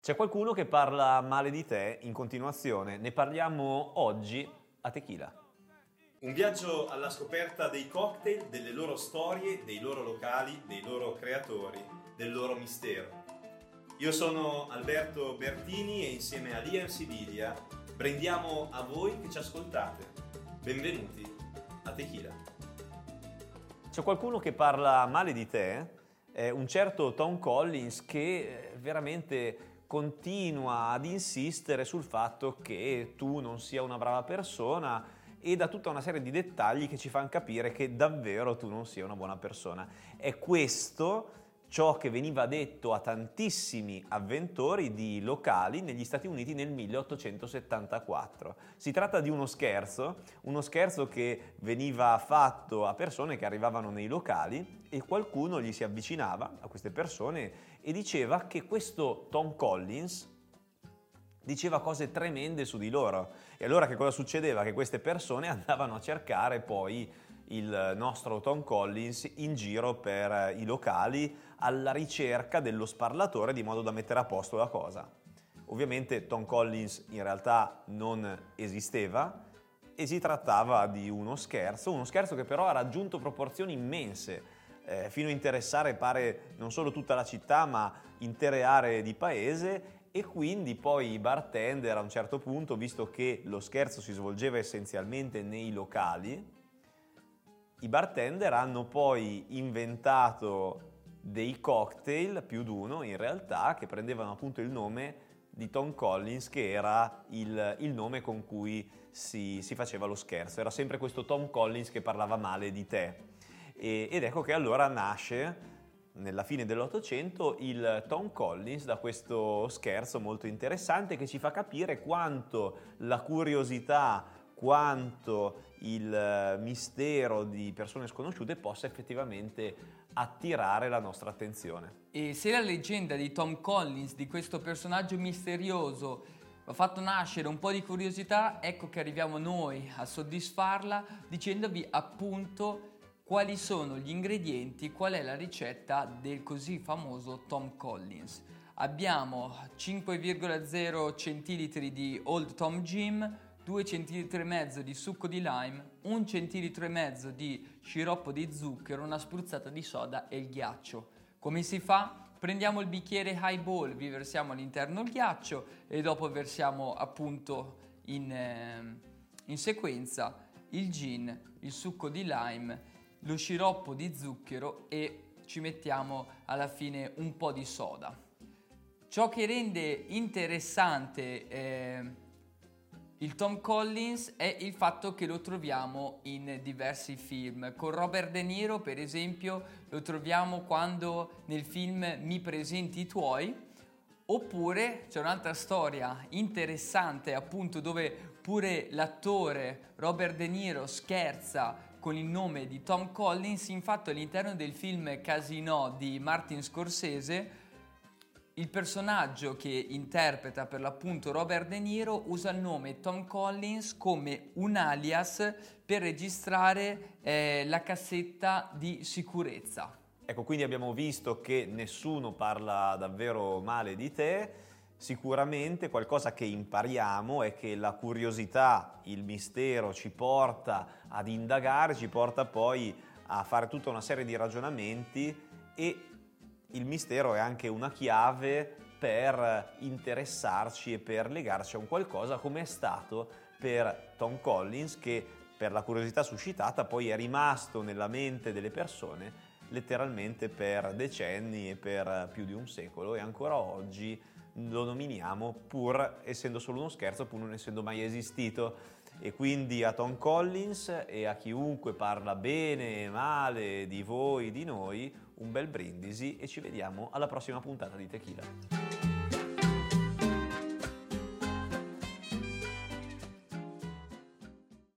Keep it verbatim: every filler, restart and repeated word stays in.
C'è qualcuno che parla male di te in continuazione, ne parliamo oggi a Tequila. Un viaggio alla scoperta dei cocktail, delle loro storie, dei loro locali, dei loro creatori, del loro mistero. Io sono Alberto Bertini e insieme a Liam Sibilia brindiamo a voi che ci ascoltate. Benvenuti a Tequila. C'è qualcuno che parla male di te, eh, un certo Tom Collins che eh, veramente continua ad insistere sul fatto che tu non sia una brava persona e dà tutta una serie di dettagli che ci fanno capire che davvero tu non sia una buona persona. È questo ciò che veniva detto a tantissimi avventori di locali negli Stati Uniti nel milleottocentosettantaquattro. Si tratta di uno scherzo, uno scherzo che veniva fatto a persone che arrivavano nei locali e qualcuno gli si avvicinava a queste persone e diceva che questo Tom Collins diceva cose tremende su di loro. E allora che cosa succedeva? Che queste persone andavano a cercare poi il nostro Tom Collins in giro per i locali alla ricerca dello sparlatore di modo da mettere a posto la cosa. Ovviamente Tom Collins in realtà non esisteva e si trattava di uno scherzo, uno scherzo che però ha raggiunto proporzioni immense, eh, fino a interessare pare non solo tutta la città ma intere aree di paese. E quindi poi i bartender a un certo punto, visto che lo scherzo si svolgeva essenzialmente nei locali, i bartender hanno poi inventato dei cocktail, più d'uno in realtà, che prendevano appunto il nome di Tom Collins, che era il, il nome con cui si, si faceva lo scherzo. Era sempre questo Tom Collins che parlava male di te. E, ed ecco che allora nasce nella fine dell'Ottocento il Tom Collins da questo scherzo molto interessante che ci fa capire quanto la curiosità, quanto il mistero di persone sconosciute possa effettivamente attirare la nostra attenzione. E se la leggenda di Tom Collins, di questo personaggio misterioso, ha fatto nascere un po' di curiosità, ecco che arriviamo noi a soddisfarla dicendovi appunto quali sono gli ingredienti, qual è la ricetta del così famoso Tom Collins. Abbiamo cinque virgola zero centilitri di Old Tom Jim, due centilitri e mezzo di succo di lime, un centilitro e mezzo di sciroppo di zucchero, una spruzzata di soda e il ghiaccio. Come si fa? Prendiamo il bicchiere highball, vi versiamo all'interno il ghiaccio e dopo versiamo appunto in, eh, in sequenza il gin, il succo di lime, lo sciroppo di zucchero e ci mettiamo alla fine un po' di soda. Ciò che rende interessante eh, il Tom Collins è il fatto che lo troviamo in diversi film. Con Robert De Niro, per esempio, lo troviamo quando nel film Mi presenti i tuoi, oppure c'è un'altra storia interessante appunto dove pure l'attore Robert De Niro scherza con il nome di Tom Collins. Infatti all'interno del film Casino di Martin Scorsese il personaggio che interpreta per l'appunto Robert De Niro usa il nome Tom Collins come un alias per registrare eh, la cassetta di sicurezza. Ecco, quindi abbiamo visto che nessuno parla davvero male di te. Sicuramente qualcosa che impariamo è che la curiosità, il mistero ci porta ad indagare, ci porta poi a fare tutta una serie di ragionamenti e il mistero è anche una chiave per interessarci e per legarci a un qualcosa, come è stato per Tom Collins, che per la curiosità suscitata poi è rimasto nella mente delle persone letteralmente per decenni e per più di un secolo, e ancora oggi lo nominiamo pur essendo solo uno scherzo, pur non essendo mai esistito. E quindi a Tom Collins e a chiunque parla bene e male di voi, di noi, un bel brindisi e ci vediamo alla prossima puntata di Tequila.